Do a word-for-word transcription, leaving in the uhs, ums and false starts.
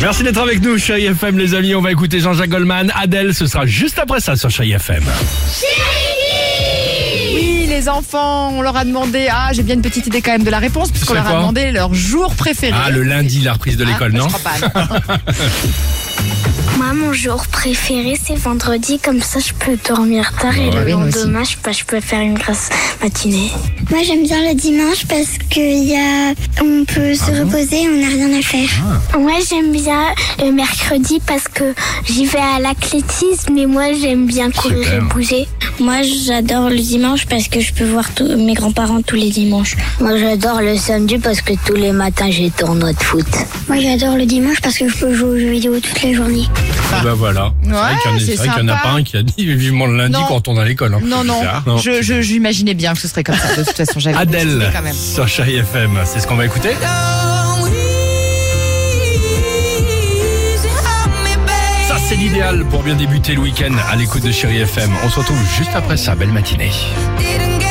Merci d'être avec nous, Chérie F M, les amis. On va écouter Jean-Jacques Goldman, Adèle. Ce sera juste après ça sur Chérie F M. Oui, les enfants, on leur a demandé. Ah, j'ai bien une petite idée quand même de la réponse, puisqu'on C'est leur a quoi demandé leur jour préféré. Ah, le lundi, la reprise de l'école, Ah, non? Je crois pas, non. Moi, mon jour préféré, c'est vendredi, comme ça je peux dormir tard et Ouais. le Oui, moi aussi. lendemain, je peux, je peux faire une grasse matinée. Moi, j'aime bien le dimanche parce que y a... on peut se reposer, on n'a rien à faire. Moi, j'aime bien le mercredi parce que j'y vais à l'athlétisme et moi, j'aime bien courir Super. et bouger. Moi, j'adore le dimanche parce que je peux voir tous- mes grands-parents tous les dimanches. Moi, j'adore le samedi parce que tous les matins, j'ai tournoi de foot. Moi, j'adore le dimanche parce que je peux jouer aux jeux vidéo toute la journée. Bah voilà. C'est vrai Ouais, qu'il y en a- c'est c'est vrai qu'il y en a sympa. pas un qui a dit vivement le lundi Non. quand on retourne à l'école. hein. Non, non, Non. je, je, j'imaginais bien que ce serait comme ça. De toute façon, j'avais Adèle une idée quand même. sur Chérie F M. C'est ce qu'on va écouter. Ça, c'est l'idéal pour bien débuter le week-end à l'écoute de Chérie F M. On se retrouve juste après ça. Belle matinée. Didn't